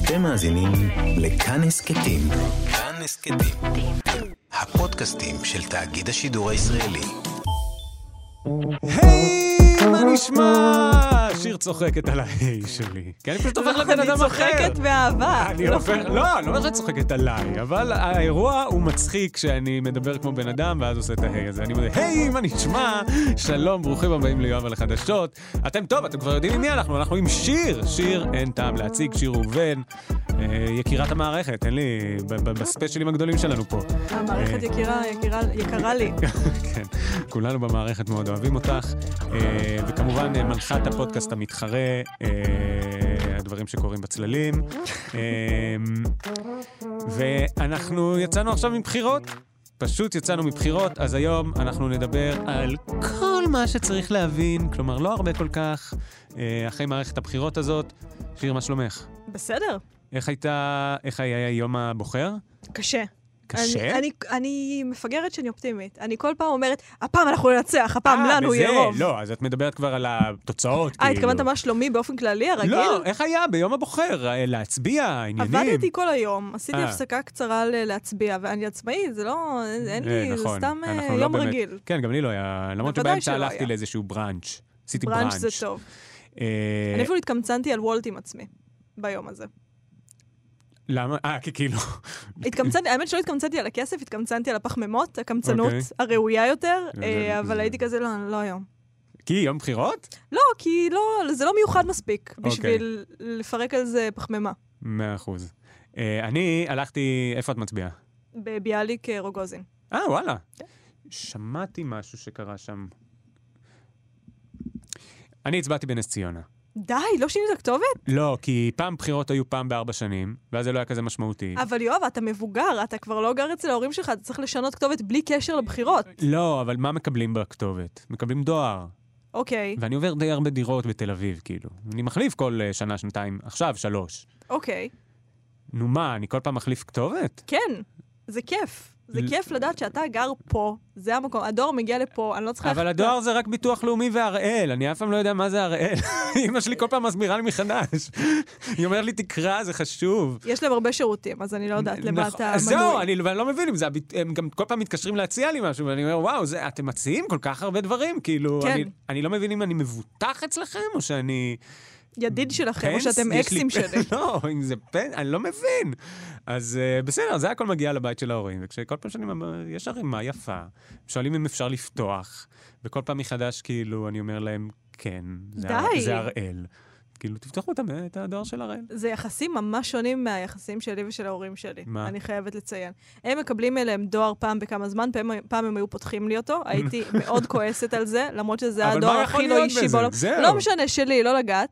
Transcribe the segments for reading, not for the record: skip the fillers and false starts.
אתם מאזינים לכאן הסכתים. כאן הסכתים. הפודקאסטים של תאגיד השידור הישראלי. היי, מה נשמע? שיר צוחקת על ההי שלי. כי אני פשוט הופך לבן אדם אחר. אני צוחקת באהבה. אני לא אומר שאת צוחקת עליי, אבל האירוע הוא מצחיק כשאני מדבר כמו בן אדם, ואז עושה את ההי הזה. אני אומר, היי, מה נשמע? שלום, ברוכים הבאים ליואב על החדשות. אתם טוב, אתם כבר יודעים עם מי אנחנו עם שיר. שיר, אין טעם להציג, שיר ובן. יקירת המערכת, אין לי, בספיישלים הגדולים שלנו פה. המערכת יקרה לי. כן, כולנו במערכת מאוד אוהבים אותך, וכמובן מנחת הפודקאסט המתחרה, הדברים שקורים בצללים, ואנחנו יצאנו עכשיו מבחירות, פשוט יצאנו מבחירות, אז היום אנחנו נדבר על כל מה שצריך להבין, כלומר לא הרבה כל כך, אחרי מערכת הבחירות הזאת. שיר, מה שלומך? בסדר. איך היה יום הבוחר? קשה. קשה? אני מפגרת שאני אופטימית. אני כל פעם אומרת, הפעם אנחנו ננצח, הפעם לנו יהיה רוב. לא, אז את מדברת כבר על התוצאות. התכוונת מה שלומי באופן כללי, הרגיל? לא, איך היה ביום הבוחר? להצביע, עניינים? עבדתי כל היום, עשיתי הפסקה קצרה להצביע, ואני עצמאי, זה לא, אין לי, זה סתם יום רגיל. כן, גם לי לא היה, למרות שבאמצע הלכתי לאיזשהו ברנץ'. עשיתי ברנץ'. ברנץ' זה טוב. אני אפילו התקמצנתי על וולט עם עצמי, ביום הזה. למה? כי כאילו... האמת שלא התקמצנתי על הכסף, התקמצנתי על הפחמימות, הקמצנות הראויה יותר, אבל הייתי כזה, לא היום. כי יום בחירות? לא, כי זה לא מיוחד מספיק בשביל לפרק על זה פחמימה. 100%. אני הלכתי, איפה את מצביעה? בביאליק רוגוזין. וואלה. שמעתי משהו שקרה שם. אני הצבעתי בנס ציונה. די, לא שינית הכתובת? לא, כי פעם בחירות היו פעם ב4 שנים, ואז זה לא היה כזה משמעותי. אבל יואב, אתה מבוגר, אתה כבר לא גר אצל ההורים שלך, אתה צריך לשנות כתובת בלי קשר לבחירות. לא, אבל מה מקבלים בכתובת? מקבלים דואר. אוקיי. ואני עובר די הרבה דירות בתל אביב, כאילו. אני מחליף כל שנה, שנתיים, עכשיו 3. אוקיי. נו מה, אני כל פעם מחליף כתובת? כן, זה כיף. זה כיף לדעת שאתה גר פה, זה המקום, הדואר מגיע לפה, אני לא צריכה... אבל הדואר זה רק ביטוח לאומי והראל, אני אף פעם לא יודע מה זה הראל. אמא שלי כל פעם מסבירה לי מחדש. היא אומרת לי, תקרא, זה חשוב. יש להם הרבה שירותים, אז אני לא יודעת למה אתה מנוי. זהו, אני לא מבין, הם גם כל פעם מתקשרים להציע לי משהו, ואני אומר, וואו, אתם מציעים כל כך הרבה דברים, כאילו, אני לא מבין אם אני מבוטח אצלכם, או שאני... ידיד שלכם, או שאתם אקסים שלי. לא, אם זה אני לא מבין. אז בסדר, זה הכל מגיע לבית של ההורים, וכשכל פעם שאני אומר, יש ערימה יפה, שואלים אם אפשר לפתוח, וכל פעם מחדש, כאילו, אני אומר להם, כן, זה הראל. כאילו, תפתחו את הדואר של הראל. זה יחסים ממש שונים מהיחסים שלי ושל ההורים שלי. מה? אני חייבת לציין. הם מקבלים אליהם דואר פעם בכמה זמן, פעם הם היו פותחים לי אותו, הייתי מאוד כועסת על זה, למרות שזה הדואר הכי לא אישי בעולם. לא משנה, שלי, לא לגעת.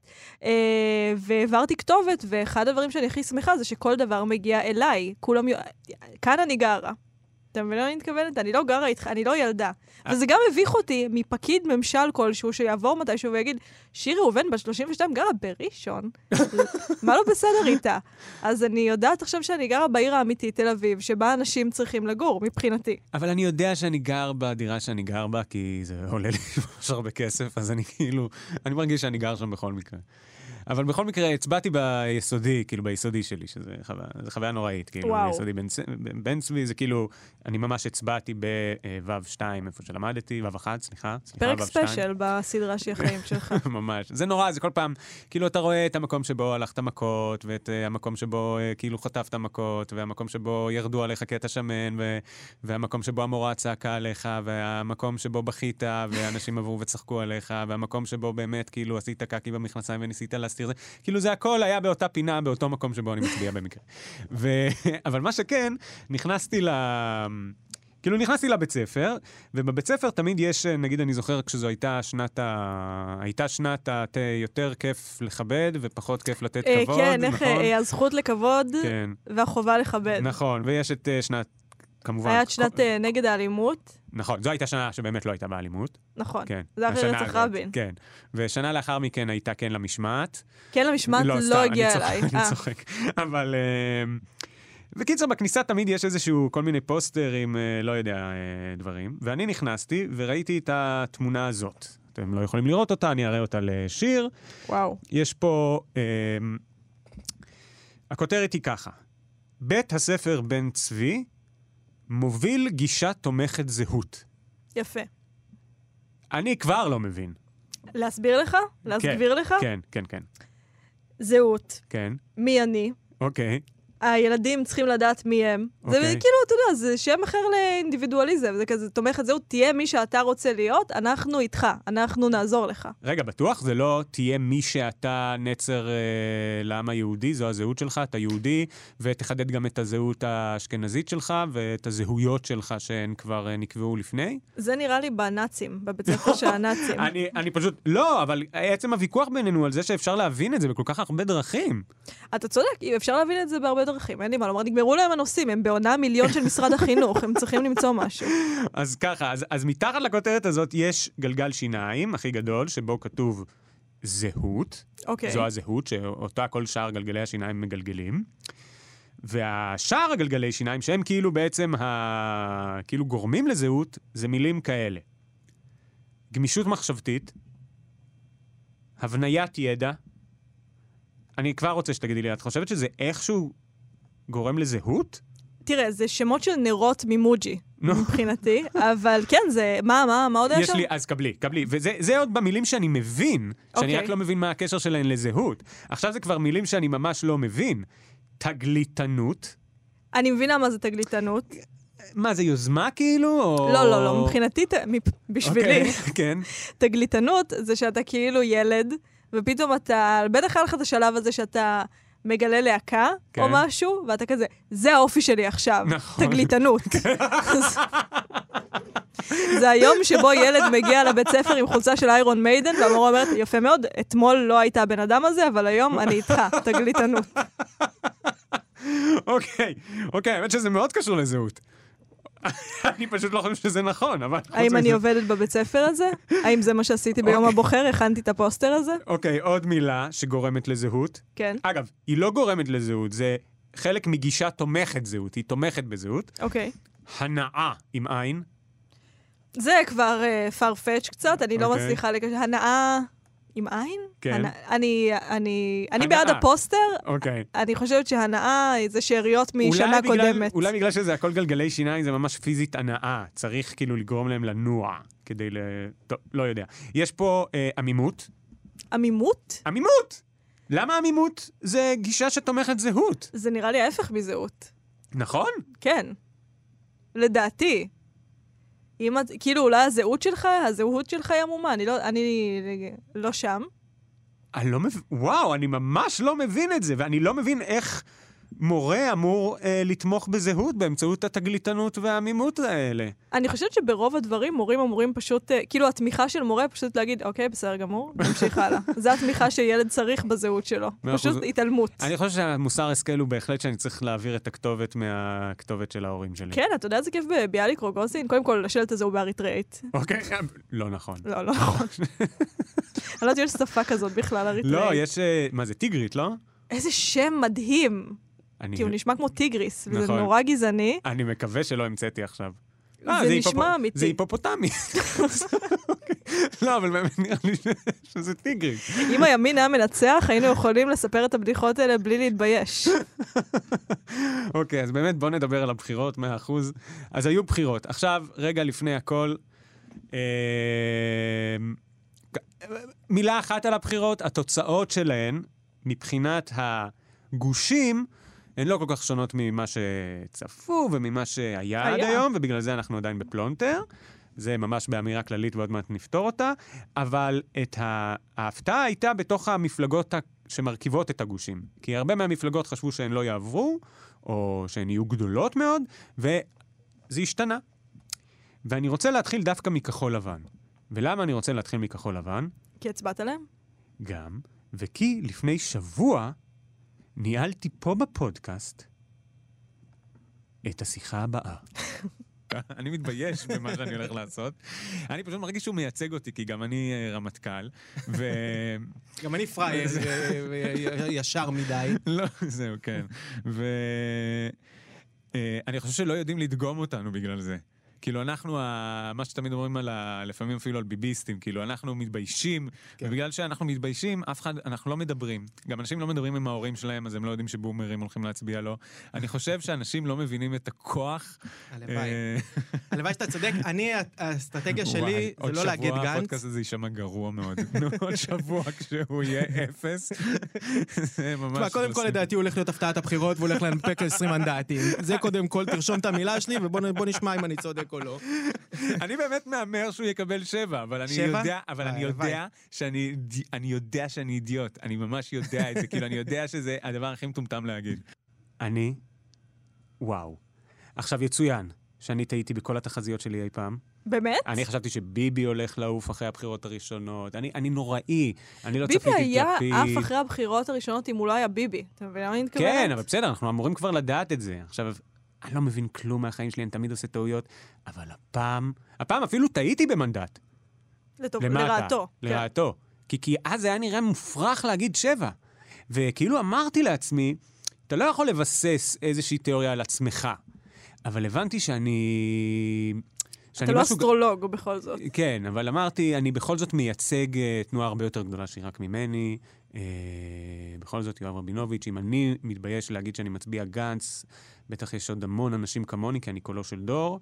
והעברתי כתובת, ואחד הדברים שאני הכי שמחה זה שכל דבר מגיע אליי. כאן אני גרה. אתה מבין מה אני מתכוונת? אני לא גרה איתך, אני לא ילדה. וזה גם הביך אותי מפקיד ממשל כלשהו שיעבור מתישהו ויגיד, שירי ראובן בת 32 גרה בראשון. מה לא בסדר איתה? אז אני יודעת עכשיו שאני גרה בעיר האמיתית, תל אביב, שבה אנשים צריכים לגור, מבחינתי. אבל אני יודע שאני גר בדירה שאני גר בה, כי זה עולה לי ממש הרבה כסף, אז אני כאילו, אני מרגיש שאני גר שם בכל מקרה. אבל בכל מקרה, הצבעתי ביסודי, כאילו ביסודי שלי, שזה חוויה נוראית, כאילו, ביסודי בן צבי, זה כאילו, אני ממש הצבעתי ב-ו2, איפה שלמדתי, ו1, סליחה. פרק ספיישל בסדרה של החיים שלך. ממש. זה נורא, זה כל פעם, כאילו, אתה רואה את המקום שבו הלכת מכות, ואת המקום שבו, כאילו, חטפת מכות, והמקום שבו ירדו עליך קטע שמן, והמקום שבו המורה צעקה עליך, והמקום שבו בכית, ואנשים עברו וצחקו עליך, והמקום שבו באמת, כאילו, עשית קקי במכנסיים וניסית להסתיר זה. כאילו זה הכל היה באותה פינה, באותו מקום שבו אני מצביע במקרה. אבל מה שכן, נכנסתי לבית ספר, ובבית ספר תמיד יש, נגיד אני זוכר כשזו הייתה שנת יותר כיף לכבד, ופחות כיף לתת כבוד. כן, הזכות לכבוד, והחובה לכבד. נכון, ויש את שנת, כמובן. היה את שנת נגד האלימות. נכון, זו הייתה שנה שבאמת לא הייתה באלימות. נכון, כן. זה אחרי רצח רבין. כן, ושנה לאחר מכן הייתה כן למשמעת. כן למשמעת לא הגיע אליי. אני צוחק, אבל... בקיצר, בכניסה תמיד יש איזשהו כל מיני פוסטרים, לא יודע, דברים, ואני נכנסתי וראיתי את התמונה הזאת. אתם לא יכולים לראות אותה, אני אראה אותה לשיר. וואו. יש פה... הכותרת היא ככה. בית הספר בן צבי מוביל גישה תומכת זהות. יפה. אני כבר לא מבין. להסביר לך? להסביר לך? כן, כן, כן. זהות. כן. מי אני? אוקיי. הילדים צריכים לדעת מי הם. זה כאילו, אתה יודע, זה שם אחר לאינדיבידואליזם. זה כזה תומכת זהות, תהיה מי שאתה רוצה להיות, אנחנו איתך, אנחנו נעזור לך. רגע, בטוח זה לא תהיה מי שאתה נצר לעם היהודי, זו הזהות שלך, אתה יהודי, ותחדד גם את הזהות האשכנזית שלך, ואת הזהויות שלך שהן כבר נקבעו לפני? זה נראה לי בנאצים, בבית ספר של הנאצים. אני פשוט, לא, אבל עצם הוויכוח בינינו על זה שאפשר להבין את זה בכל כך הרבה דרכים. אתה צודק, אפשר להבין את זה בהרבה דרכים, אין לי מה לומר, נגמרו להם הנושאים, הם בעונה מיליון של משרד החינוך, הם צריכים למצוא משהו. אז ככה, אז מתחת לכותרת הזאת יש גלגל שיניים, הכי גדול, שבו כתוב זהות. אוקיי. זו הזהות, שאותה כל שאר גלגלי השיניים מגלגלים. והשאר הגלגלי שיניים, שהם כאילו בעצם כאילו גורמים לזהות, זה מילים כאלה. גמישות מחשבתית, הבניית ידע. אני כבר רוצה שתגידי לי, את חושבת שזה איכשהו גורם לזהות? תראה, זה שמות של נרות ממוג'י, מבחינתי, אבל כן, זה, מה עוד יש שם? יש לי, אז קבלי. וזה עוד במילים שאני מבין, שאני רק לא מבין מה הקשר שלהן לזהות. עכשיו זה כבר מילים שאני ממש לא מבין. תגליתנות. אני מבינה מה זה תגליתנות. מה, זה יוזמה כאילו? לא, מבחינתי, בשבילי. כן. תגליתנות זה שאתה כאילו ילד, ופתאום אתה, בטח היה לך את השלב הזה שאתה מגלה להקה או משהו, ואתה כזה, זה האופי שלי עכשיו. נכון. תגליתנות. זה היום שבו ילד מגיע לבית ספר עם חולצה של איירון מיידן, והמורה אומרת, יפה מאוד, אתמול לא הייתה הבן אדם הזה, אבל היום אני איתך, תגליתנות. אוקיי, האמת שזה מאוד קשור לזהות. אני פשוט לא חושב שזה נכון, אבל... האם אני עובדת בבית ספר הזה? האם זה מה שעשיתי ביום הבוחר? הכנתי את הפוסטר הזה? אוקיי, עוד מילה שגורמת לזהות. כן. אגב, היא לא גורמת לזהות, זה חלק מגישה תומכת זהות, היא תומכת בזהות. אוקיי. הנאה עם עין. זה כבר farfetch קצת, אני לא מצליחה לקשר. הנאה עם עין? כן. אני בעד הפוסטר. אוקיי. אני חושבת שהנאה זה שאריות משנה קודמת. אולי בגלל שזה הכל גלגלי שיניים, זה ממש פיזית הנאה. צריך כאילו לגרום להם לנוע, כדי טוב, לא יודע. יש פה עמימות. עמימות? עמימות! למה עמימות? זה גישה שתומכת זהות. זה נראה לי ההפך מזהות. נכון? כן. לדעתי. כאילו אולי הזהות שלך היא עמומה, אני לא שם. וואו, אני ממש לא מבין את זה, ואני לא מבין איך מורה אמור לתמוך בזהות באמצעות התגליתנות והעמימות האלה. אני חושבת שברוב הדברים מורים אמורים פשוט, כאילו התמיכה של מורה פשוט להגיד, אוקיי, בסדר גמור, נמשיך הלאה. זו התמיכה שילד צריך בזהות שלו. פשוט התעלמות. אני חושב שהמוסר השכל הוא בהחלט שאני צריך להעביר את הכתובת מהכתובת של ההורים שלי. כן, אתה יודע, זה כיף בביאליק רוגוזין. קודם כל, השלט הזה הוא באריתראית. אוקיי, לא נכון. לא נכון. אני לא יודעת שיש שפה כזאת בכלל אריתראית. לא, יש, מה זה, טיגרית, לא? איזה שם מדהים. כי הוא נשמע כמו טיגריס, וזה נורא גזעני. אני מקווה שלא המצאתי עכשיו. זה נשמע אמיתי. זה היפופוטמי. לא, אבל באמת נראה לי שזה טיגריס. אם הימין היה מנצח, היינו יכולים לספר את הבדיחות האלה בלי להתבייש. אוקיי, אז באמת בוא נדבר על הבחירות, 100%. אז היו בחירות. עכשיו, רגע לפני הכל, מילה אחת על הבחירות, התוצאות שלהן, מבחינת הגושים, הן לא כל כך שונות ממה שצפו וממה שהיה עד היום, ובגלל זה אנחנו עדיין בפלונטר. זה ממש באמירה כללית ועוד מעט נפתור אותה. אבל ההפתעה הייתה בתוך המפלגות שמרכיבות את הגושים. כי הרבה מהמפלגות חשבו שהן לא יעברו, או שהן יהיו גדולות מאוד, וזה השתנה. ואני רוצה להתחיל דווקא מכחול לבן. ולמה אני רוצה להתחיל מכחול לבן? כי הצבעת עליהם? גם, וכי לפני שבוע ניהלתי פה בפודקאסט את השיחה הבאה. אני מתבייש במה שאני הולך לעשות. אני פשוט מרגיש שהוא מייצג אותי, כי גם אני רמטכ"ל, גם אני פרייר, ישר מדי. לא, זהו, כן. ואני חושב שלא יודעים לדגום אותנו בגלל זה. כאילו אנחנו, מה שתמיד אומרים לפעמים אפילו על ביביסטים, כאילו אנחנו מתביישים, ובגלל שאנחנו מתביישים, אנחנו לא מדברים. גם אנשים לא מדברים עם ההורים שלהם, אז הם לא יודעים שבומרים הולכים להצביע לו. אני חושב שאנשים לא מבינים את הכוח. הלוואי שאתה צודק. אני, האסטרטגיה שלי, זה לא להגיד גנץ. הפודקאסט הזה יישמע גרוע מאוד. עוד שבוע כשהוא יהיה אפס. קודם כל, לדעתי, הוא הולך להיות הפתעת הבחירות, והוא הולך להנפק 20 מנדטים. זה קודם כל, תרשום את המילה שלי, ובוא נשמע אם אני צודק או לא. אני באמת מאמר שהוא יקבל 7, אבל אני יודע שאני אידיוט. אני ממש יודע את זה, כאילו אני יודע שזה הדבר הכי מטומטם להגיד. וואו. עכשיו יצוין שאני טעיתי בכל התחזיות שלי אי פעם. באמת? אני חשבתי שביבי הולך לעוף אחרי הבחירות הראשונות. אני נוראי. אני לא צפיתי את לפיד. ביבי היה אף אחרי הבחירות הראשונות אם הוא לא היה ביבי. אתה מבין מה אני מתכוונת? כן, אבל בסדר, אנחנו אמורים כבר לדעת את זה. עכשיו, אני לא מבין כלום מהחיים שלי, אני תמיד עושה טעויות, אבל הפעם אפילו טעיתי במנדט. לרעתו. לרעתו. כי אז היה נראה מופרך להגיד 7. וכאילו אמרתי לעצמי, אתה לא יכול לבסס איזושהי תיאוריה על עצמך. אבל הבנתי שאני אתה לא אסטרולוג בכל זאת. כן, אבל אמרתי, אני בכל זאת מייצג תנועה הרבה יותר גדולה שהיא רק ממני. בכל זאת, יואב רבינוביץ', אם אני מתבייש להגיד שאני מצביע גנץ, בטח יש עוד המון אנשים כמוני, כי אני קולו של דור,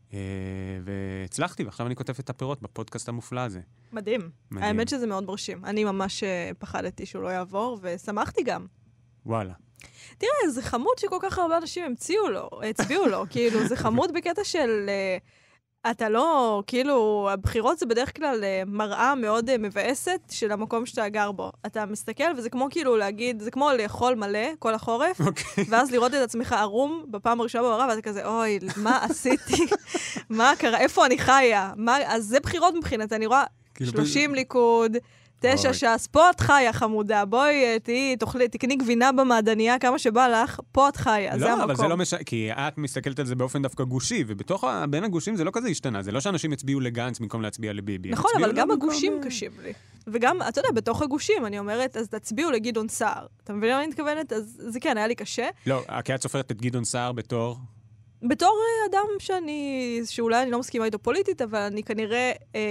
והצלחתי, ועכשיו אני כותב את הפירות בפודקאסט המופלא הזה. מדהים. האמת שזה מאוד מרשים. אני ממש פחדתי שהוא לא יעבור, ושמחתי גם. וואלה. תראה, זה חמוד שכל כך הרבה אנשים הצביעו לו. כאילו, זה חמוד בקטע של אתה לא, כאילו, הבחירות זה בדרך כלל מראה מאוד מבאסת של המקום שאתה גר בו. אתה מסתכל, וזה כמו כאילו להגיד, זה כמו לאכול מלא כל החורף, ואז לראות את עצמך ערום בפעם הראשונה בערה, ואתה כזה, אוי, מה עשיתי? מה קרה? איפה אני חיה? אז זה בחירות מבחינת, אני רואה 30 ליכוד, 9 ש"ס, פה את חיה חמודה, בואי תקני גבינה במעדניה כמה שבא לך, פה את חיה, זה המקום. לא, אבל זה לא משנה, כי את מסתכלת על זה באופן דווקא גושי, בין הגושים זה לא כזה השתנה, זה לא שאנשים הצביעו לגנץ במקום להצביע לביבי. נכון, אבל גם הגושים קשים לי. וגם, אתה יודע, בתוך הגושים, אני אומרת, אז תצביעו לגדעון סער. אתה מבין מה אני מתכוונת? אז זה כן, היה לי קשה. לא, כי את סופרת את גדעון סער בתור אדם שאולי אני לא מסכימה איתו פוליטית, אבל אני כנראה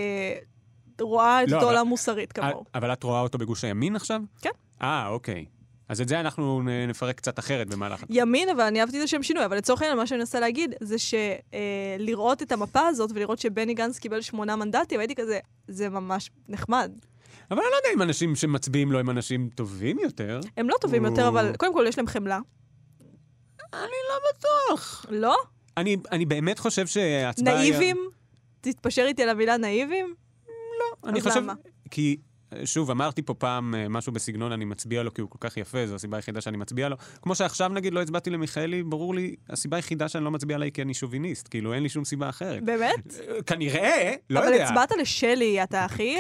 רואה את אותו עולם מוסרית כמוהו. אבל את רואה אותו בגוש הימין עכשיו? כן. אוקיי. אז את זה אנחנו נפרק קצת אחרת במהלך. ימין, אבל אני אהבתי את השם שינוי, אבל לצורך העניין, מה שאני מנסה להגיד, זה שלראות את המפה הזאת, ולראות שבני גנץ קיבל 8 מנדטים, הייתי כזה, זה ממש נחמד. אבל אני לא יודע אם אנשים שמצביעים לו הם אנשים טובים יותר. הם לא טובים יותר, אבל קודם כל יש להם חמלה. אני לא בטוח. לא? אני באמת חושב שההצבעה... נאיבים? תתפשר איתי על המילה נאיבים? לא, אני חושב... כי, שוב, אמרתי פה פעם משהו בסגנון, אני מצביע לו כי הוא כל כך יפה, זו הסיבה היחידה שאני מצביע לו. כמו שעכשיו, נגיד, לא הצבעתי למיכאלי, ברור לי, הסיבה היחידה שאני לא מצביע לה היא כי אני שוביניסט, כאילו, אין לי שום סיבה אחרת. באמת? כנראה, לא יודע. אבל הצבעת לשלי, אתה הכי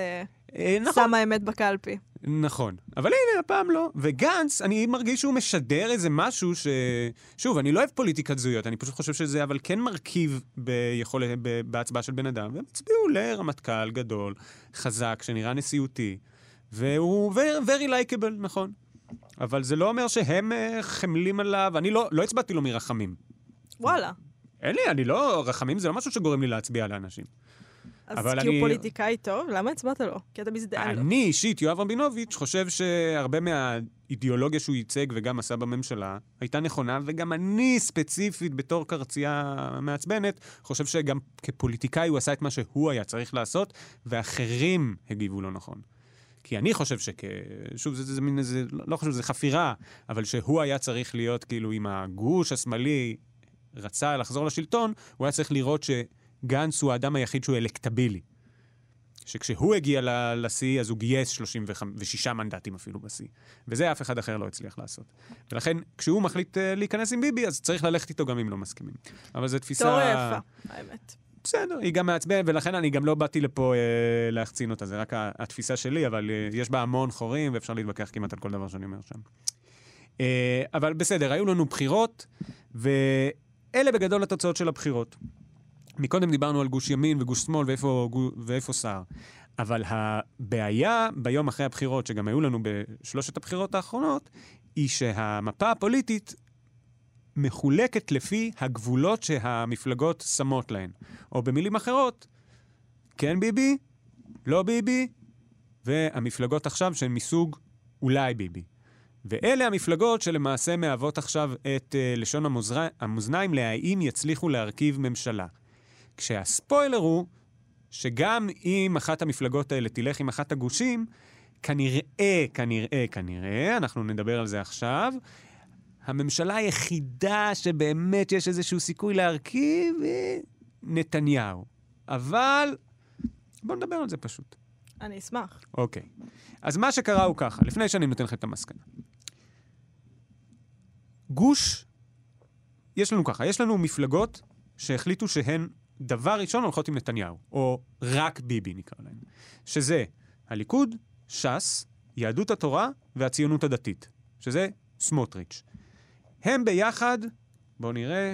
שמה אמת בקלפי. נכון. אבל הנה, הפעם לא. וגנץ, אני מרגיש שהוא משדר איזה משהו שוב, אני לא אוהב פוליטיקת זהויות, אני פשוט חושב שזה, אבל כן מרכיב בהצבעה של בן אדם, והם הצביעו לרמטכ"ל גדול, חזק, שנראה נשיאותי, והוא very likable, נכון. אבל זה לא אומר שהם חמלים עליו, אני לא הצבעתי לו מרחמים. וואלה. אין לי, רחמים זה לא משהו שגורם לי להצביע לאנשים. אז כי הוא פוליטיקאי טוב, למה הצבעת לו? כי אתה מזדהה לו. אני אישית, יואב רבינוביץ', חושב שהרבה מהאידיאולוגיה שהוא ייצג וגם עשה בממשלה הייתה נכונה, וגם אני ספציפית בתור קרצייה מעצבנת, חושב שגם כפוליטיקאי הוא עשה את מה שהוא היה צריך לעשות, ואחרים הגיבו לא נכון. כי אני חושב שוב, זה מין איזה, לא חושב, זה חפירה, אבל שהוא היה צריך להיות כאילו עם הגוש השמאלי רצה לחזור לשלטון, הוא היה צריך לראות גנץ הוא האדם היחיד שהוא אלקטבילי. שכשהוא הגיע לשיא, אז הוא גייס 36 מנדטים אפילו בשיא. וזה אף אחד אחר לא הצליח לעשות. ולכן, כשהוא מחליט להיכנס עם ביבי, אז צריך ללכת איתו גם אם לא מסכימים. אבל זו תפיסה... תיאוריה יפה, האמת. בסדר, היא גם מעצבנת, ולכן אני גם לא באתי לפה להחצין אותה. זה רק התפיסה שלי, אבל יש בה המון חורים, ואפשר להתווכח כמעט על כל דבר שאני אומר שם. אבל בסדר, היו לנו בחירות, ואלה בגדול התוצאות של הבחירות. מקודם דיברנו על גוש ימין וגוש שמאל ואיפה שר. אבל הבעיה ביום אחרי הבחירות, שגם היו לנו בשלושת הבחירות האחרונות, היא שהמפה הפוליטית מחולקת לפי הגבולות שהמפלגות שמות להן. או במילים אחרות, כן ביבי, לא ביבי, והמפלגות עכשיו שהן מסוג אולי ביבי. ואלה המפלגות שלמעשה מהוות עכשיו את לשון המאזניים להאם יצליחו להרכיב ממשלה. כשהספוילר הוא שגם אם אחת המפלגות האלה תלך עם אחת הגושים, כנראה, אנחנו נדבר על זה עכשיו, הממשלה היחידה שבאמת יש איזשהו סיכוי להרכיב היא נתניהו. אבל בואו נדבר על זה פשוט. אני אשמח. אוקיי. אז מה שקרה הוא ככה, לפני שאני נותן לך את המסקנה. גוש, יש לנו ככה, יש לנו מפלגות שהחליטו שהן דבר ראשון הולכות עם נתניהו, או רק ביבי נקרא להן. שזה הליכוד, ש"ס, יהדות התורה והציונות הדתית, שזה סמוטריץ'. הם ביחד, בואו נראה,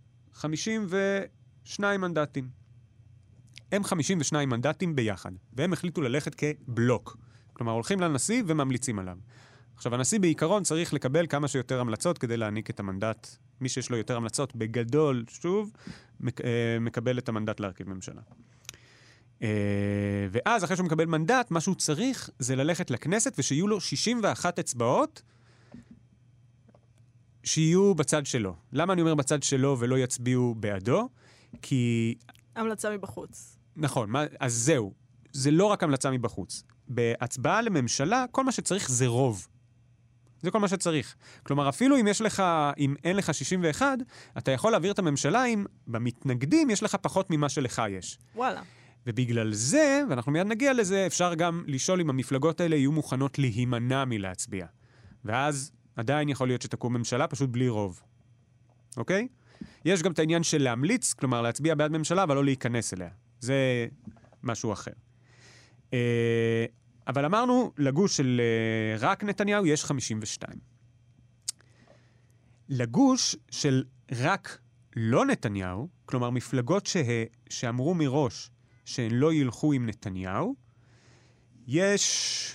52 מנדטים. הם 52 מנדטים ביחד, והם החליטו ללכת כבלוק. כלומר, הולכים לנשיא וממליצים עליו. עכשיו, הנשיא בעיקרון צריך לקבל כמה שיותר המלצות כדי להעניק את המנדט. מי שיש לו יותר המלצות, בגדול, שוב, מקבל את המנדט להרכיב ממשלה. ואז, אחרי שהוא מקבל מנדט, מה שהוא צריך זה ללכת לכנסת, ושיהיו לו 61 אצבעות שיהיו בצד שלו. למה אני אומר בצד שלו ולא יצביעו בעדו? כי... המלצה מבחוץ. נכון, אז זהו. זה לא רק המלצה מבחוץ. בהצבעה לממשלה, כל מה שצריך זה רוב. זה כל מה שצריך. כלומר, אפילו אם אין לך 61, אתה יכול להעביר את הממשלה אם במתנגדים יש לך פחות ממה שלך יש. וואלה. ובגלל זה, ואנחנו מיד נגיע לזה, אפשר גם לשאול אם המפלגות האלה יהיו מוכנות להימנע מלהצביע. ואז עדיין יכול להיות שתקום ממשלה פשוט בלי רוב. אוקיי? יש גם את העניין של להמליץ, כלומר להצביע בעד ממשלה, אבל לא להיכנס אליה. זה משהו אחר. אבל אמרנו, לגוש של רק נתניהו יש 52. לגוש של רק לא נתניהו, כלומר מפלגות שאמרו מראש שהן לא ילכו עם נתניהו, יש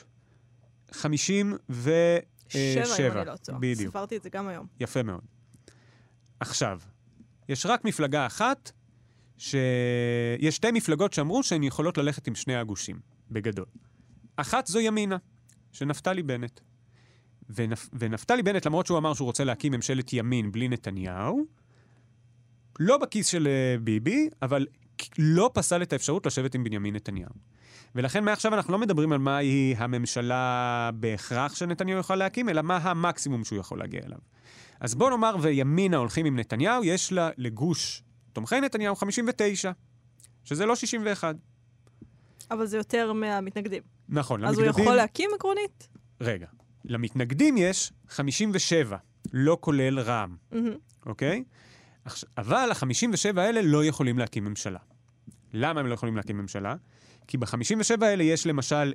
57. בדיוק. ספרתי את זה גם היום. יפה מאוד. עכשיו, יש רק מפלגה אחת, יש שתי מפלגות שאמרו שהן יכולות ללכת עם שני הגושים, בגדול. אחת זו ימינה, שנפתלי בנט. ונפתלי בנט, למרות שהוא אמר שהוא רוצה להקים ממשלת ימין בלי נתניהו, לא בכיס של ביבי, אבל לא פסל את האפשרות לשבת עם בנימין נתניהו. ולכן מעכשיו אנחנו לא מדברים על מה היא הממשלה בהכרח שנתניהו יכול להקים, אלא מה המקסימום שהוא יכול להגיע אליו. אז בוא נאמר, וימינה הולכים עם נתניהו, יש לה לגוש תומכי נתניהו 59, שזה לא 61. אבל זה יותר מהמתנגדים. נכון, אז למתנגדים... הוא יכול להקים עקרונית? רגע, למתנגדים יש 57, לא כולל רע"מ. אוקיי? אבל ה-57 האלה לא יכולים להקים ממשלה. למה הם לא יכולים להקים ממשלה? כי ב-57 האלה יש למשל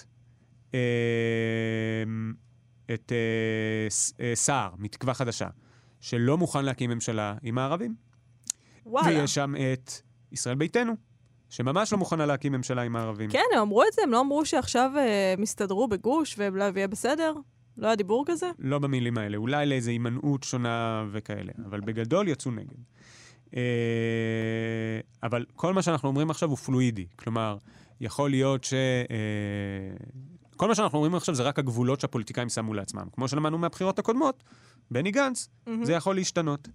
את סער, מתקווה חדשה, שלא מוכן להקים ממשלה עם הערבים. וואלה. ויש שם את ישראל ביתנו, שממש לא מוכנה להקים ממשלה עם הערבים. כן, הם אמרו את זה, הם לא אמרו שעכשיו מסתדרו בגוש ויהיה בסדר? לא היה דיבור כזה? לא במילים האלה, אולי לאיזו הימנעות שונה וכאלה, אבל בגדול יצאו נגד. אבל כל מה שאנחנו אומרים עכשיו הוא פלואידי, כלומר, יכול להיות כל מה שאנחנו אומרים עכשיו זה רק הגבולות שהפוליטיקאים שמו לעצמם. כמו שלמדנו מהבחירות הקודמות, בני גנץ, זה יכול להשתנות.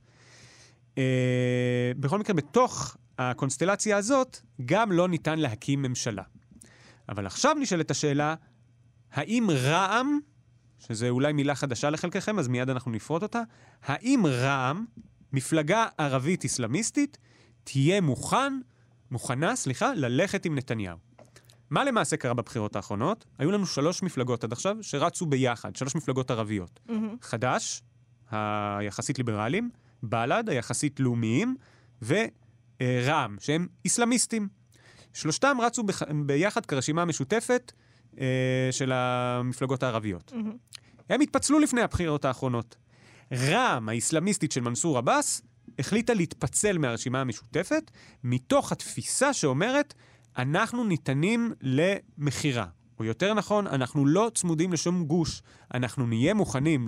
בכל מקרה, בתוך הקונסטלציה הזאת, גם לא ניתן להקים ממשלה. אבל עכשיו נשאלת השאלה, האם רע"מ, שזה אולי מילה חדשה לחלקכם, אז מיד אנחנו נפרוט אותה, האם רע"מ, מפלגה ערבית אסלאמיסטית, תהיה מוכנה, ללכת עם נתניהו? מה למעשה קרה בבחירות האחרונות? היו לנו 3 מפלגות עד עכשיו שרצו ביחד, 3 מפלגות ערביות. חד"ש, היחסית ליברליים, בל"ד, היחסית לאומיים, ורע"מ, שהם אסלאמיסטים. 3 רצו ביחד כרשימה משותפת של המפלגות הערביות. הם התפצלו לפני הבחירות האחרונות. רע"מ, האסלאמיסטית של מנסור עבאס, החליטה להתפצל מהרשימה המשותפת, מתוך התפיסה שאומרת, אנחנו ניתנים למחירה. או יותר נכון, אנחנו לא צמודים לשום גוש. אנחנו נהיה מוכנים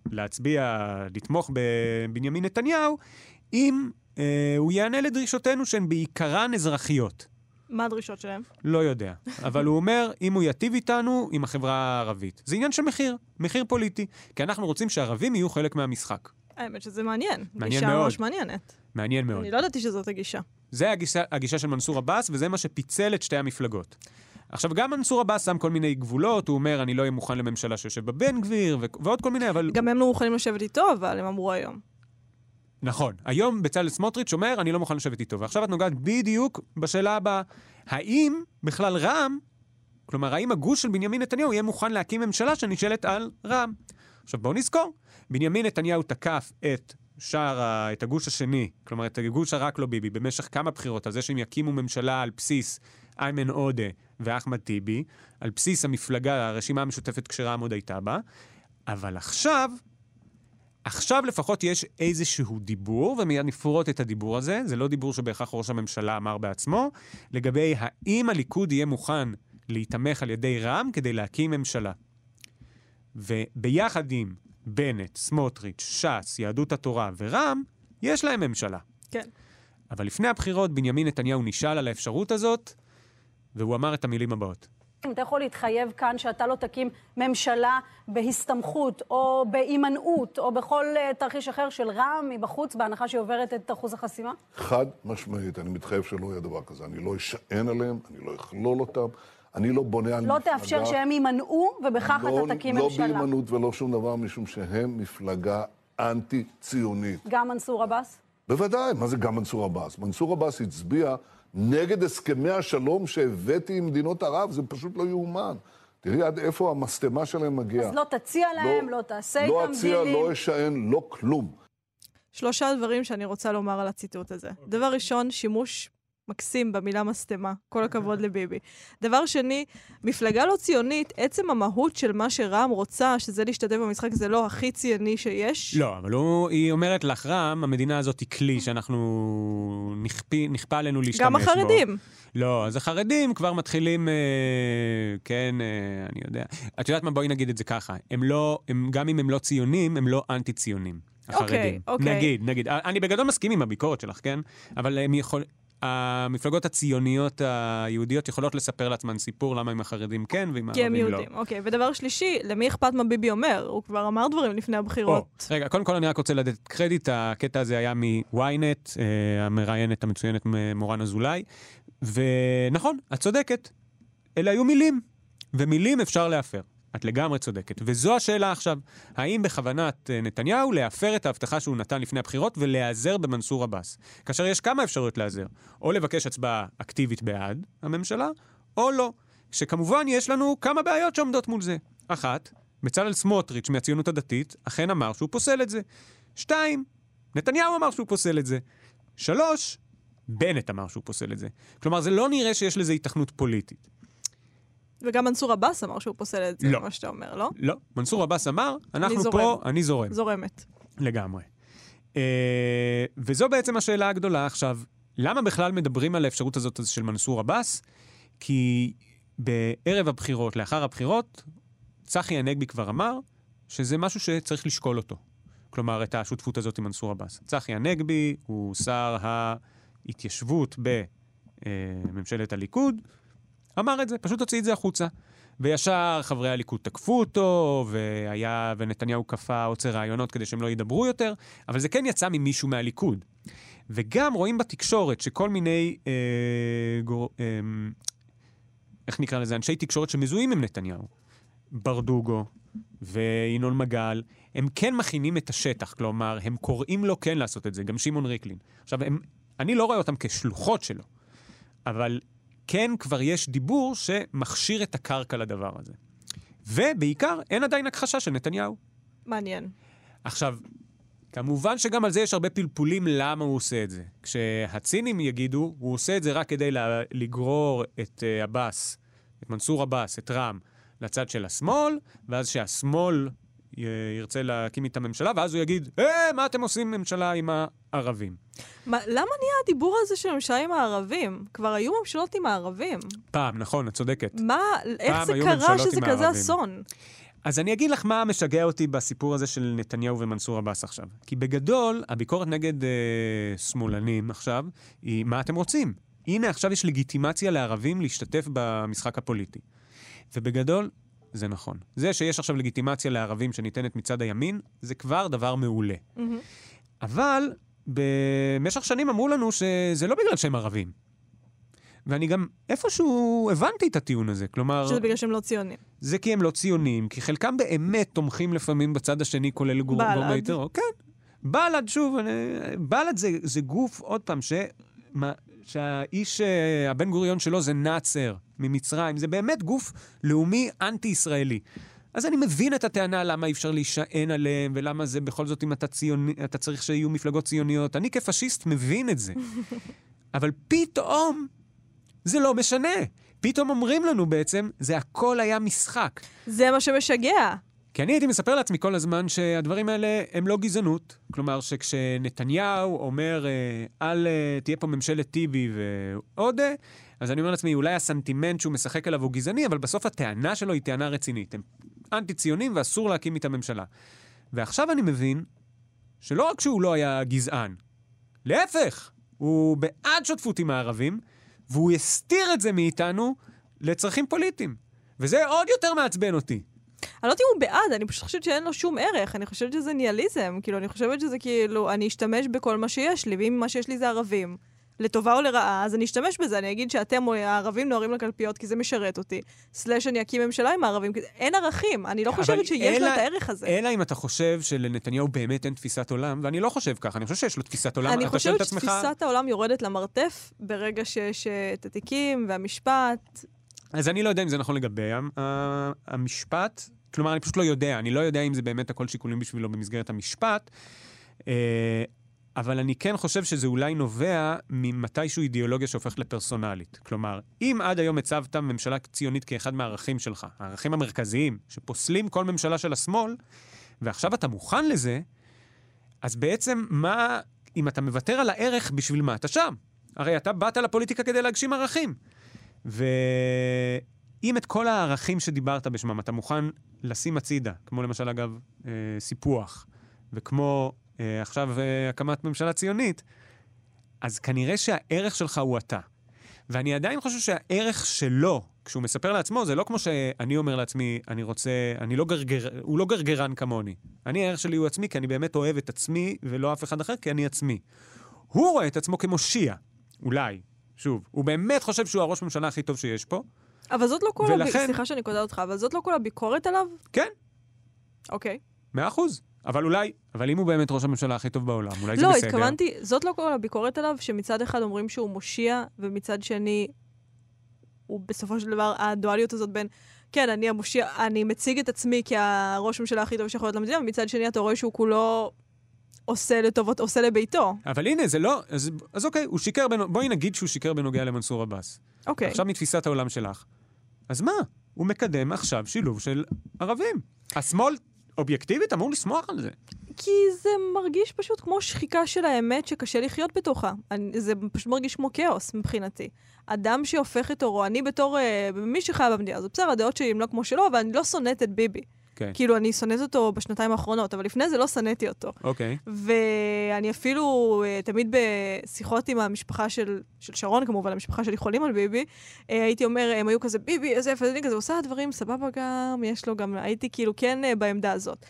להצביע, לתמוך בבנימין נתניהו, אם הוא יענה לדרישותינו שהן בעיקרן אזרחיות. מה הדרישות שלהם? לא יודע. אבל הוא אומר, אם הוא יטיב איתנו, עם החברה הערבית. זה עניין של מחיר פוליטי. כי אנחנו רוצים שהערבים יהיו חלק מהמשחק. האמת שזה מעניין. מעניין גישה מאוד. ממש מעניינת. מעניין מאוד. אני לא ידעתי שזאת הגישה. זה הגישה של מנסור עבאס, וזה מה שפיצל את שתי המפלגות. עכשיו, גם מנסור עבאס שם כל מיני גבולות, הוא אומר, אני לא אהיה מוכן לממשלה שיושב בבן גביר, ועוד כל מיני, אבל... גם הם לא מוכנים לשבת איתו, אבל הם אמרו היום. נכון. היום בצלאל סמוטריץ' אומר, אני לא מוכן לשבת איתו. ועכשיו את נוגעת בדיוק בשאלה הבאה. האם בכלל רע"מ, כלומר, האם הגוש של בנימין נתניהו יהיה מוכן להקים ממשלה שנשאלת על רע"מ? עכשיו, בואו נזכור. בנימין נתניהו תקף את הגוש השני, כלומר, את הגוש הרק לא ביבי, במשך כמה בחירות, על זה שהם יקימו ממשלה על בסיס איימן עודה ואחמד טיבי, על בסיס המפלגה, הרשימה המשותפת כשרע"מ עוד הייתה בה, אבל עכשיו לפחות יש איזשהו דיבור, ומיד נפרוט את הדיבור הזה, זה לא דיבור שבהכרח ראש הממשלה אמר בעצמו, לגבי האם הליכוד יהיה מוכן להתמך על ידי רע"מ כדי להקים ממשלה. וביחד עם בנט, סמוטריץ', ש"ס, יהדות התורה ורע"מ, יש להם ממשלה. כן. אבל לפני הבחירות, בנימין נתניהו נשאל על האפשרות הזאת, והוא אמר את המילים הבאות. אתה יכול להתחייב כאן שאתה לא תקים ממשלה בהסתמכות או בהימנעות או בכל תרחיש אחר של רע"מ מבחוץ בהנחה שעוברת את אחוז החסימה? חד משמעית, אני מתחייב שלא יהיה דבר כזה. אני לא אשען עליהם, אני לא אכלול אותם, אני לא בונה על מפלגה. לא תאפשר שהם יימנעו ובכך אתה תקים ממשלה. לא בהימנעות ולא שום דבר, משום שהם מפלגה אנטי-ציונית. גם מנסור עבאס? בוודאי, מה זה גם מנסור עבאס? מנסור עבאס הצביע נגד הסכמי השלום שהבאתי עם מדינות ערב, זה פשוט לא יאומן. תראי עד איפה המסתמה שלהם מגיעה. אז לא תציע להם, לא תעשה איתם דילים. לא אציע, לא אשען, לא כלום. 3 דברים שאני רוצה לומר על הציטוט הזה. דבר ראשון, שימוש מקסים במילה מסתמה. כל הכבוד לביבי. דבר שני, מפלגה לא ציונית, עצם המהות של מה שרע"מ רוצה, שזה להשתתף במשחק, זה לא הכי ציוני שיש. לא, אבל היא אומרת לך, רע"מ, המדינה הזאת היא כלי שאנחנו נכפה עלינו להשתמש בו. גם החרדים. לא, אז החרדים כבר מתחילים, כן, אני יודע. את יודעת מה, בואי נגיד את זה ככה. גם אם הם לא ציונים, הם לא אנטי-ציונים. החרדים. אוקיי. נגיד. אני בגדול מסכים עם הביקורת שלך, כן? אבל הם המפלגות הציוניות היהודיות יכולות לספר לעצמן סיפור למה עם החרדים כן ועם הערבים לא. כי הם יהודים, אוקיי. ודבר שלישי, למי אכפת מה ביבי אומר? הוא כבר אמר דברים לפני הבחירות. רגע, קודם כל אני רק רוצה לתת קרדיט, הקטע הזה היה מ-ynet, המראיינת המצוינת מורן אזולאי, ונכון, את צודקת, אלה היו מילים, ומילים אפשר להפר. את לגמרי צודקת. וזו השאלה עכשיו, האם בכוונת נתניהו להפר את ההבטחה שהוא נתן לפני הבחירות ולהיעזר במנסור עבאס? כאשר יש כמה אפשרויות להיעזר. או לבקש הצבעה אקטיבית בעד הממשלה, או לא. שכמובן יש לנו כמה בעיות שעומדות מול זה. 1, בצלאל סמוטריץ' מהציונות הדתית אכן אמר שהוא פוסל את זה. 2, נתניהו אמר שהוא פוסל את זה. 3, בנט אמר שהוא פוסל את זה. כלומר, זה לא נראה שיש לזה התכנות פוליטית. וגם מנסור עבאס אמר שהוא פוסל את זה, לא. מה שאתה אומר, לא? לא. מנסור עבאס אמר, אנחנו פה, אני זורם. זורמת. לגמרי. וזו בעצם השאלה הגדולה עכשיו. למה בכלל מדברים על האפשרות הזאת של מנסור עבאס? כי בערב הבחירות, לאחר הבחירות, צחי הנגבי כבר אמר שזה משהו שצריך לשקול אותו. כלומר, את השותפות הזאת עם מנסור עבאס. צחי הנגבי הוא שר ההתיישבות בממשלת הליכוד, אמר את זה, פשוט הוציא את זה החוצה. וישר חברי הליכוד תקפו אותו, ונתניהו קפה עוצר רעיונות כדי שהם לא ידברו יותר, אבל זה כן יצא ממישהו מהליכוד. וגם רואים בתקשורת שכל מיני, איך נקרא לזה, אנשי תקשורת שמזוהים עם נתניהו, ברדוגו וינון מגל, הם כן מכינים את השטח, כלומר, הם קוראים לו כן לעשות את זה, גם שמעון ריקלין. עכשיו, אני לא רואה אותם כשלוחות שלו, אבל כן כבר יש דיבור שמכשיר את הקרקע לדבר הזה. ובעיקר, אין עדיין הכחשה של נתניהו. מעניין. עכשיו, כמובן שגם על זה יש הרבה פלפולים למה הוא עושה את זה. כשהצינים יגידו, הוא עושה את זה רק כדי לגרור את עבאס, את מנסור עבאס, את רע"מ, לצד של השמאל, ואז שהשמאל ירצה להקים איתה ממשלה, ואז הוא יגיד, מה אתם עושים ממשלה עם הערבים? למה נהיה הדיבור הזה של ממשלה עם הערבים? כבר היו ממשלות עם הערבים. פעם, נכון, את צודקת. איך זה קרה שזה כזה אסון? אז אני אגיד לך מה משגע אותי בסיפור הזה של נתניהו ומנסור עבאס עכשיו. כי בגדול, הביקורת נגד שמאלנים עכשיו, היא מה אתם רוצים? הנה, עכשיו יש לגיטימציה לערבים להשתתף במשחק הפוליטי. ובגדול, זה נכון. זה שיש עכשיו לגיטימציה לערבים שניתנת מצד הימין, זה כבר דבר מעולה. אבל במשך שנים אמרו לנו שזה לא בגלל שהם ערבים. ואני גם איפשהו הבנתי את הטיעון הזה, כלומר... שזה בגלל שהם לא ציונים. זה כי הם לא ציונים, כי חלקם באמת תומכים לפעמים בצד השני, כולל גורמי טרור. כן, בל"ד, שוב, בל"ד זה גוף, עוד פעם, שהאיש, הבן גוריון שלו זה נאצר ממצרים, זה באמת גוף לאומי אנטי-ישראלי. אז אני מבין את הטענה למה אי אפשר להישען עליהם, ולמה זה בכל זאת אם אתה צריך שיהיו מפלגות ציוניות. אני כפשיסט מבין את זה. אבל פתאום זה לא משנה. פתאום אומרים לנו בעצם, זה הכל היה משחק. זה מה שמשגע. כי אני הייתי מספר לעצמי כל הזמן שהדברים האלה הם לא גזענות. כלומר, שכשנתניהו אומר, תהיה פה ממשלת טיבי ועוד, אז אני אומר לעצמי, אולי הסנטימנט שהוא משחק עליו הוא גזעני, אבל בסוף הטענה שלו היא טענה רצינית. הם אנטי-ציונים ואסור להקים איתם ממשלה. ועכשיו אני מבין שלא רק שהוא לא היה גזען, להפך, הוא בעד שותפות עם הערבים, והוא יסתיר את זה מאיתנו לצרכים פוליטיים. וזה עוד יותר מעצבן אותי. אני לא יודעת אם הוא בעד, אני פשוט חושבת שאין לו שום ערך. אני חושבת שזה ניאליזם. כאילו, אני חושבת שזה כאילו, אני אשתמש בכל מה שיש לי, ואם מה שיש לי זה ערבים, לטובה או לרעה, אז אני אשתמש בזה. אני אגיד שאתם או הערבים נוהרים לקלפיות, כי זה משרת אותי. סלש אני אקים ממשלה עם הערבים. אין ערכים. אני לא חושבת שיש לו את הערך הזה. אלא אם אתה חושב שלנתניהו באמת אין תפיסת עולם, ואני לא חושב ככה. אני חושב שיש לו תפיסת עולם. אני חושבת שתפיסת העולם יורדת למרתף ברגע שיש את התיקים והמשפט. אז אני לא יודע אם זה נכון לגבי המשפט. כלומר, אני פשוט לא יודע. אני לא יודע אם זה באמת הכל שיקולים בשבילו במסגרת המשפט. אבל אני כן חושב שזה אולי נובע ממתישהו אידיאולוגיה שהופכת לפרסונלית. כלומר, אם עד היום הצבת ממשלה ציונית כאחד מהערכים שלך, הערכים המרכזיים, שפוסלים כל ממשלה של השמאל, ועכשיו אתה מוכן לזה, אז בעצם מה, אם אתה מוותר על הערך, בשביל מה אתה שם? הרי אתה באת לפוליטיקה כדי להגשים ערכים. ואם את כל הערכים שדיברת בשמם, אתה מוכן לשים הצידה, כמו למשל אגב סיפוח, וכמו עכשיו הקמת ממשלה ציונית, אז כנראה שהערך שלך הוא אתה. ואני עדיין חושב שהערך שלו, כשהוא מספר לעצמו, זה לא כמו שאני אומר לעצמי, הוא לא גרגרן כמוני. הערך שלי הוא עצמי, כי אני באמת אוהב את עצמי, ולא אף אחד אחר, כי אני עצמי. הוא רואה את עצמו כמושיע, אולי. שוב, הוא באמת חושב שהוא הראש ממשלה הכי טוב שיש פה. אבל זאת לא כל סליחה שאני קודעת אותך, אבל זאת לא כל הביקורת עליו? כן. אוקיי. 100%. אבל אם הוא באמת ראש הממשלה הכי טוב בעולם, אולי זה בסדר. לא, התכוונתי, זאת לא כל הביקורת עליו, שמצד אחד אומרים שהוא מושיע, ומצד שני, הוא בסופו של דבר, הדואליות הזאת בין, כן, אני המושיע, אני מציג את עצמי כראש הממשלה הכי טוב שיכול להיות למדינה, ומצד שני אתה רואה שהוא כולו עושה לטובות, עושה לביתו. אבל הנה, זה לא, אז אוקיי, הוא שיקר, בואי נגיד שהוא שיקר בנוגע למנסור עבאס. אוקיי. עכשיו מתפיסת העולם שלך. אז מה? הוא מקדם עכשיו שילוב של ערבים. השמאל אובייקטיבית אמור לשמוח על זה. כי זה מרגיש פשוט כמו שחיקה של האמת שקשה לחיות בתוכה. זה פשוט מרגיש כמו כאוס מבחינתי. אדם שהופך את אורו, אני בתור מי שחיה במדינה, זה בסדר, הדעות שלי הם לא כמו שלו, אבל אני לא שונאת את ביבי. כן. כאילו, אני שונאת אותו בשנתיים האחרונות, אבל לפני זה לא שונאתי אותו. אוקיי. ואני אפילו תמיד בשיחות עם המשפחה של שרון, כמובן, המשפחה שלי חולים על ביבי, הייתי אומר, הם היו כזה, ביבי, איזה יפה, אני כזה עושה הדברים, סבבה גם, יש לו גם, הייתי כאילו כן בעמדה הזאת.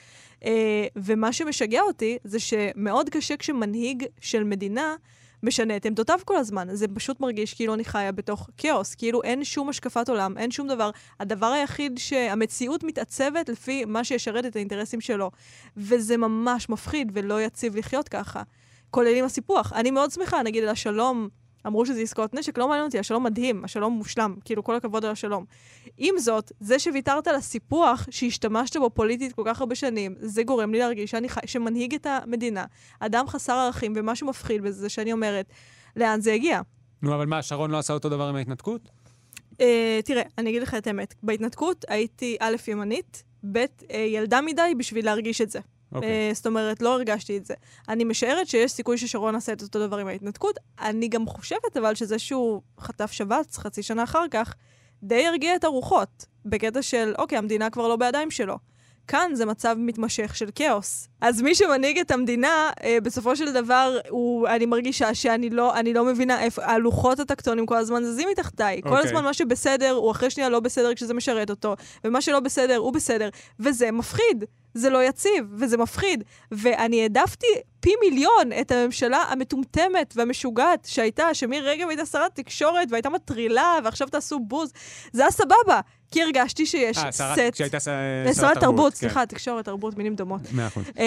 ומה שמשגע אותי, זה שמאוד קשה כשמנהיג של מדינה, משנה את עמדותיו כל הזמן. זה פשוט מרגיש כאילו אני חיה בתוך כאוס, כאילו אין שום השקפת עולם, אין שום דבר. הדבר היחיד שהמציאות מתעצבת לפי מה שישרת את האינטרסים שלו. וזה ממש מפחיד ולא יציב לחיות ככה. כולל עם הסיפוח. אני מאוד שמחה, נגיד על השלום, אמרו שזה עסקאות נשק, לא מעניין אותי, השלום מדהים, השלום מושלם, כאילו כל הכבוד על השלום. עם זאת, זה שוויתרת על הסיפוח שהשתמשת בו פוליטית כל כך הרבה שנים, זה גורם לי להרגיש שמנהיג את המדינה, אדם חסר ערכים, ומה שמפחיד בזה זה שאני אומרת, לאן זה הגיע? נו, אבל מה, שרון לא עשה אותו דבר עם ההתנתקות? תראה, אני אגיד לך את האמת, בהתנתקות הייתי א' ימנית, ב' ילדה מדי בשביל להרגיש את זה. זאת אומרת, לא הרגשתי את זה. אני משערת שיש סיכוי ששרון עשה את אותו דבר עם ההתנתקות. אני גם חושבת, אבל שזה שהוא חטף שבץ חצי שנה אחר כך, די הרגיע את הרוחות, בקטע של, אוקיי, המדינה כבר לא בידיים שלו. כאן זה מצב מתמשך של כאוס. אז מי שמנהיג את המדינה, בסופו של דבר, אני מרגישה שאני לא מבינה איפה, הלוחות הטקטונים כל הזמן זזים מתחתיי. כל הזמן מה שבסדר, הוא אחרי שנייה לא בסדר כשזה משרת אותו, ומה שלא בסדר, הוא בסדר. וזה מפחיד. זה לא יציב, וזה מפחיד. ואני העדפתי פי מיליון את הממשלה המטומטמת והמשוגעת שהייתה, שמירגע הייתה שרת תקשורת, והייתה מטרילה, ועכשיו תעשו בוז. זה היה סבבה, כי הרגשתי שיש סט... כשהייתה שרת תרבות, סליחה, תקשורת, תרבות, מינים דומות. 100%.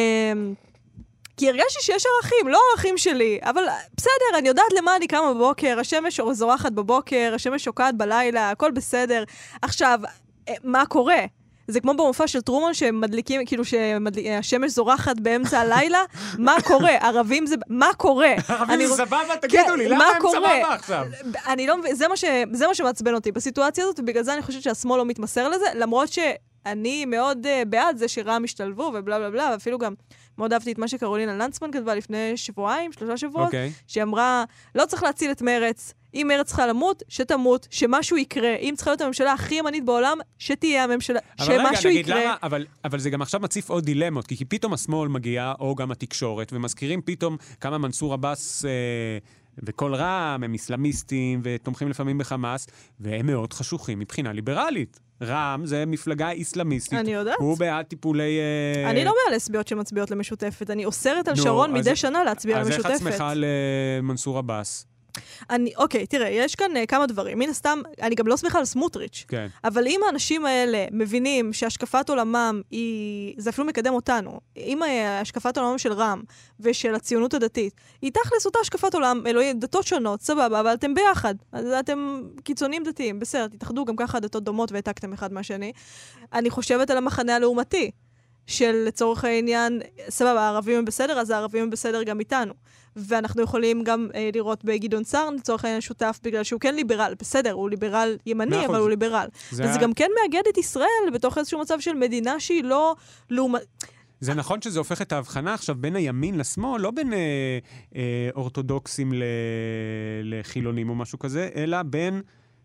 כי הרגשתי שיש ערכים, לא ערכים שלי, אבל בסדר, אני יודעת למה אני קמה בבוקר, השמש זורחת בבוקר, השמש שוקעת בלילה, הכל בסדר. עכשיו, מה קורה? זה כמו במופע של טרומן שמדליקים, כאילו שהשמש זורחת באמצע הלילה, מה קורה? ערבים זה... מה קורה? ערבים זה סבבה? תגידו לי, למה הם סבבה עכשיו? אני לא מבין, זה מה שמעצבן אותי בסיטואציה הזאת, ובגלל זה אני חושבת שהשמאל לא מתמסר לזה, למרות שאני מאוד בעד זה שרע"מ השתלבו ובלה בלה בלה, ואפילו גם מאוד אהבתי את מה שקרולינה לנצמן כתבה לפני 3 שבועות, שאמרה, לא צריך להציל את מרץ, אם מרץ צריכה למות, שתמות, שמשהו יקרה. אם צריכה להיות הממשלה הכי ימנית בעולם, שתהיה הממשלה, שמשהו יקרה. אבל זה גם עכשיו מציף עוד דילמות, כי פתאום השמאל מגיע, או גם התקשורת, ומזכירים פתאום כמה מנסור עבאס וכל רע"מ, הם איסלאמיסטים, ותומכים לפעמים בחמאס, והם מאוד חשוכים מבחינה ליברלית. רע"מ זה מפלגה איסלאמיסטית. אני יודעת. הוא בעד טיפולי... אני לא מהלסביות שמצביעות למשותפת. אני אוסרת על שרון מדי שנה להצביע למשותפת. אז איך את שמחה למנסור עבאס? אוקיי, תראה, יש כאן כמה דברים. מן הסתם, אני גם לא שמחה על סמוטריץ'. כן. אבל אם האנשים האלה מבינים שהשקפת עולמם זה אפילו מקדם אותנו. אם השקפת עולמם של רע"מ ושל הציונות הדתית, היא תכלס אותה השקפת עולם, אלוהי דתות שונות, סבבה, אבל אתם ביחד. אז אתם קיצונים דתיים, בסדר, תתאחדו גם ככה דתות דומות והעתקתם אחד מהשני. אני חושבת על המחנה הלאומתי, של לצורך העניין, סבבה, הערבים הם בסדר, אז הערבים הם בסדר גם איתנו. ואנחנו יכולים גם לראות בגדעון סער, לצורך העניין שותף, בגלל שהוא כן ליברל. בסדר, הוא ליברל ימני, אבל הוא ליברל. וזה גם כן מאגד את ישראל בתוך איזשהו מצב של מדינה שהיא לא לאומית. זה נכון שזה הופך את ההבחנה עכשיו בין הימין לשמאל, לא בין אורתודוקסים לחילונים או משהו כזה, אלא בין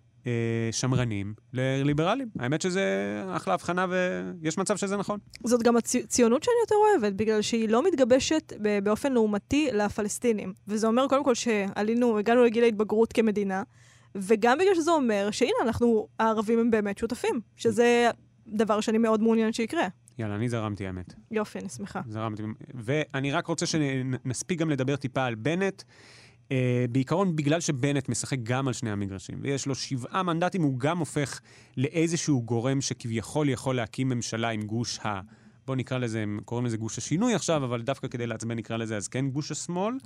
שמרנים לליברלים. האמת שזה אחלה הבחנה ויש מצב שזה נכון. זאת גם הציונות שאני יותר אוהבת, בגלל שהיא לא מתגבשת באופן לעומתי לפלסטינים. וזה אומר קודם כל הגענו לגיל ההתבגרות כמדינה, וגם בגלל שזה אומר שהנה הערבים הם באמת שותפים, שזה דבר שאני מאוד מעוניין שיקרה. יאללה, אני זרמתי האמת. יופי, אני שמחה. זרמתי. ואני רק רוצה שנספיק גם לדבר טיפה על בנט, בעיקרון בגלל שבנט משחק גם על שני המגרשים, ויש לו 7 מנדטים, הוא גם הופך לאיזשהו גורם שכביכול יכול להקים ממשלה עם גוש בוא נקרא לזה, הם קוראים לזה גוש השינוי עכשיו, אבל דווקא כדי לעצבן נקרא לזה, אז כן, גוש השמאל.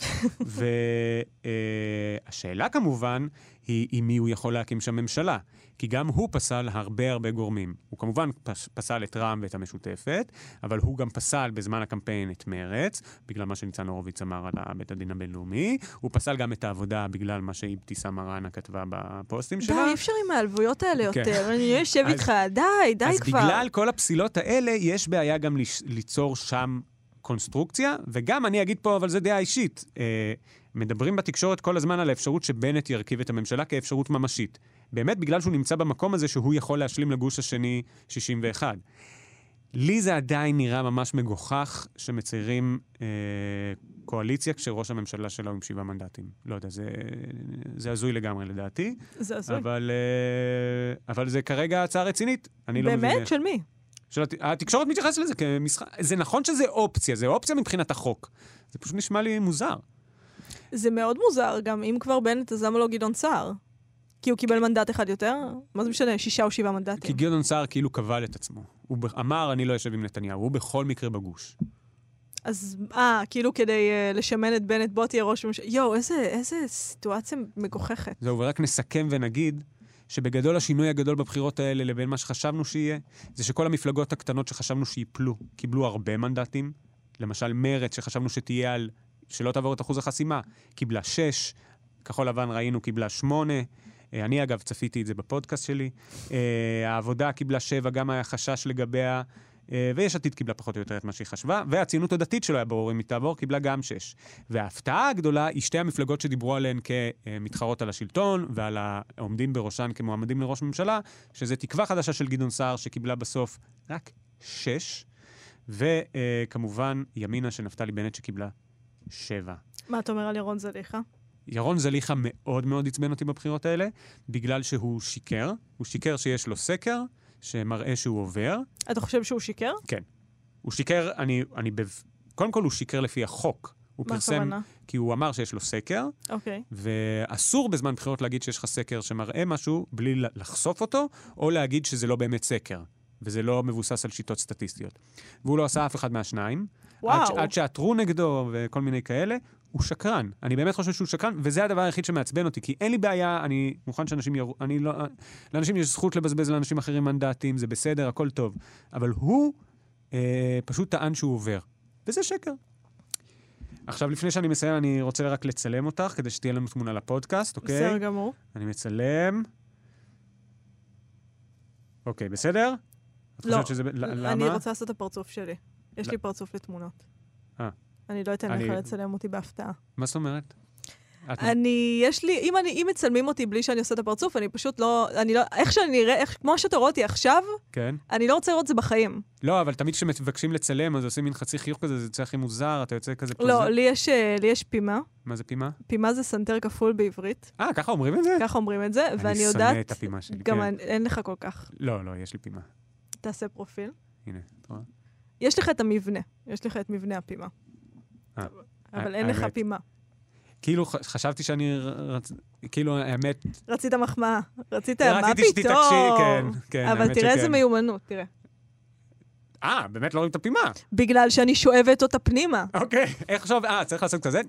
והשאלה כמובן, היא עם מי הוא יכול להקים שם ממשלה. כי גם הוא פסל הרבה גורמים. הוא כמובן פסל את רע"מ ואת המשותפת, אבל הוא גם פסל בזמן הקמפיין את מרץ, בגלל מה שניצן הורוביץ אמר על בית הדין הבינלאומי. הוא פסל גם את העבודה בגלל מה שאבתיסאם מראענה כתבה בפוסטים שלה. די, אפשר עם העלבויות האלה יותר. אני יושב איתך, די כבר. אז בגלל כל הפסילות האלה, יש בעיה גם ליצור שם קונסטרוקציה, וגם אני אגיד פה, אבל זה דעה אישית, מדברים בתקשורת כל הזמן על האפשרות שבנט ירכיב את הממשלה כאפשרות ממשית. באמת בגלל שהוא נמצא במקום הזה שהוא יכול להשלים לגוש השני 61. לי זה עדיין נראה ממש מגוחך שמציירים קואליציה כשראש הממשלה שלה הוא עם 7 מנדטים. לא יודע, זה הזוי לגמרי לדעתי. זה הזוי. אבל זה כרגע הצעה רצינית. באמת? של מי? התקשורת מתייחס לזה כמשחק. זה נכון שזה אופציה, זה אופציה מבחינת החוק. זה פשוט נשמע לי מוזר. זה מאוד מוזר, גם אם כבר בנט, אז למה לא גדעון סער? כי הוא קיבל מנדט אחד יותר? מה זה משנה? 6 או 7 מנדטים. כי גדעון סער כאילו קבל את עצמו. הוא אמר, אני לא יושב עם נתניהו, הוא בכל מקרה בגוש. אז, כאילו כדי לשמן את בנט, בוא תהיה ראש ממשלה. יואו, איזה סיטואציה מגוחכת. זהו, ורק נסכם ונגיד, שבגדול השינוי הגדול בבחירות האלה לבין מה שחשבנו שיהיה, זה שכל המפלגות הקטנות שחשבנו שיפלו, קיבלו הרבה מנדטים. למשל מרץ שחשבנו שתהיה שלא תעבור את אחוז החסימה, קיבלה 6, כחול לבן ראינו קיבלה 8, אני אגב צפיתי את זה בפודקאסט שלי, העבודה קיבלה 7, גם היה חשש לגביה, ויש עתיד קיבלה פחות או יותר את מה שהיא חשבה, והציונות הדתית שלו היה ברור אם היא תעבור, קיבלה גם 6. וההפתעה הגדולה היא שתי המפלגות שדיברו עליהן כמתחרות על השלטון, ועל העומדים בראשן כמועמדים לראש ממשלה, שזה תקווה חדשה של גדעון סער שקיבלה בסוף רק 6, וכמובן, ימינה של נפתלי בנט שקיבלה 7. מה אתה אומר על ירון זליכה? ירון זליכה מאוד מאוד עצבן אותי בבחירות האלה, בגלל שהוא שיקר. הוא שיקר שיש לו סקר, שמראה שהוא עובר. אתה חושב שהוא שיקר? כן. הוא שיקר, קודם כל הוא שיקר לפי החוק. הוא פרסם, כי הוא אמר שיש לו סקר, ואסור בזמן בחירות להגיד שיש לך סקר שמראה משהו, בלי לחשוף אותו, או להגיד שזה לא באמת סקר, וזה לא מבוסס על שיטות סטטיסטיות. והוא לא עשה אף אחד מהשניים, עד שעתרו נגדו וכל מיני כאלה, הוא שקרן. אני באמת חושב שהוא שקרן, וזה הדבר היחיד שמעצבן אותי, כי אין לי בעיה, אני מוכן שאנשים לאנשים יש זכות לבזבז לאנשים אחרים מנדטים, זה בסדר, הכל טוב. אבל הוא פשוט טען שהוא עובר. וזה שקר. עכשיו, לפני שאני מסיים, אני רוצה רק לצלם אותך, כדי שתהיה לנו תמונה לפודקאסט, אוקיי? בסדר גמור. אני מצלם. אוקיי, בסדר? לא, אני רוצה לעשות את הפרצוף שלי. יש לי פרצוף לתמונות. אני לא אתן לך לצלם אותי בהפתעה. מה זאת אומרת? אם מצלמים אותי בלי שאני עושה את הפרצוף, אני פשוט לא, איך שאני נראה, כמו שאתה רואה אותי עכשיו, אני לא רוצה לראות את זה בחיים. לא, אבל תמיד כשמבקשים לצלם, אז עושים מין חצי חיוך כזה, זה יוצא הכי מוזר, אתה יוצא כזה פוזר. לא, לי יש פימה. מה זה פימה? פימה זה סנטר כפול בעברית. ככה אומרים את זה? ככה אומרים את זה, ואני יודעת... אני שונא את הפימה שלי. גם אין לך כל כך. לא, יש לי פימה. תעשה פרופיל. הנה, אתה רואה? יש לך את המבנה. יש לך את מבנה הפימה. אבל אין לך פימה. כאילו חשבתי שאני כאילו האמת... רצית מחמאה. רצית מה פתאום? כן. אבל תראה איזה מיומנות, תראה. באמת לא רואים את הפימה. בגלל שאני שואבת אותה פנימה. אוקיי, איך עכשיו? צריך לעשות כזה?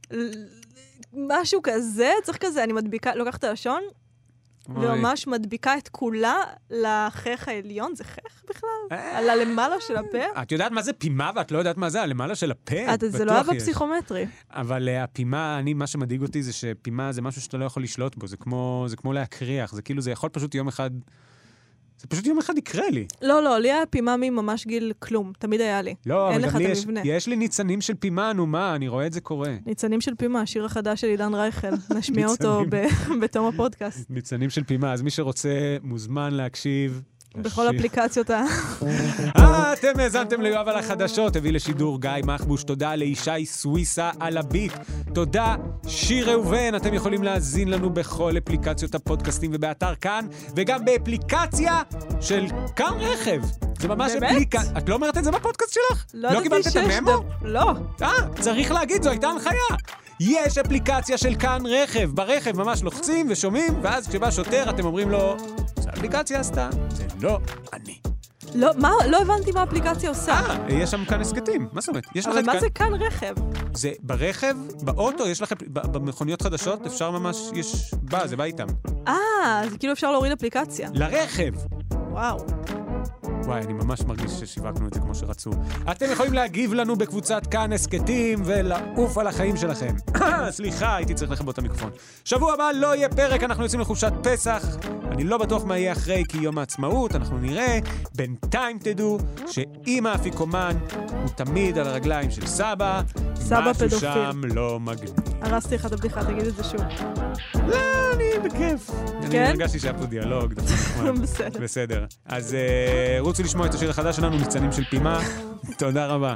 משהו כזה, צריך כזה, אני מדביקה, לוקחת את הלשון, וממש מדביקה את כולה לחך העליון, זה חך בכלל? על הלמעלה של הפה? את יודעת מה זה פימה ואת לא יודעת מה זה הלמעלה של הפה? זה לא היה בפסיכומטרי. אבל הפימה, מה שמדאיג אותי זה שפימה זה משהו שאתה לא יכול לשלוט בו, זה כמו להקריח, זה כאילו, זה יכול פשוט יום אחד... זה פשוט יום אחד יקרה לי. לא, לי היה פימה ממש גיל כלום, תמיד היה לי. לא, אבל גם לי יש לי ניצנים של פימה, נו מה, אני רואה את זה קורה. ניצנים של פימה, השיר החדש של עידן רייכל, נשמיע אותו בתום הפודקאסט. ניצנים של פימה, אז מי שרוצה מוזמן להקשיב. בכל אפליקציות אתם האזנתם ליואב על החדשות, הביא לשידור גיא מחבוש, תודה לישי סוויסה על הביט, תודה שיר ראובן, אתם יכולים להזין לנו בכל אפליקציות הפודקאסטים ובאתר כאן, וגם באפליקציה של כאן רכב. זה ממש אפליקציה. את לא אומרת את זה בפודקאסט שלך? לא קיבלת את הממו? לא. צריך להגיד, זו הייתה הנחיה. יש אפליקציה של כאן רכב, ברכב ממש לוחצים ושומעים, ואז כשבא שוטר אתם אומרים לו, זה האפליקציה עשתה, זה לא אני. לא הבנתי מה האפליקציה עושה. יש שם כאן הסקטים, מה זאת אומרת? אבל מה זה כאן רכב? זה ברכב, באוטו, יש לכם, במכוניות חדשות, אפשר ממש, זה בא איתם. זה כאילו אפשר להוריד אפליקציה. לרכב. וואו. וואי, אני ממש מרגיש ששיווקנו את זה כמו שרצו. אתם יכולים להגיב לנו בקבוצת כאן הסקטים ולעוף על החיים שלכם. סליחה, הייתי צריך לכבות את המיקרופון. שבוע הבא לא יהיה פרק, אנחנו יוצאים לחופשת פסח. אני לא בטוח מה יהיה אחרי, כי יום העצמאות, אנחנו נראה. בינתיים תדעו שאמא אפיקומן הוא תמיד על הרגליים של סבא. סבא פדופיל. משהו שם לא מגניב. הרסתי לך את הבדיחה, תגיד את זה שוב. לא, אני בכיף. אני הרגשתי שהיה פה דיאלוג. בסדר. אז רוצו לשמוע את השיר החדש שלנו, ניצנים של פימה. תודה רבה.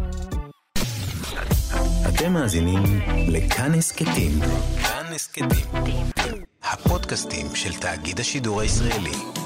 אתם מאזינים לכאן הסקטים. כאן הסקטים. הפודקאסטים של תאגיד השידור הישראלי.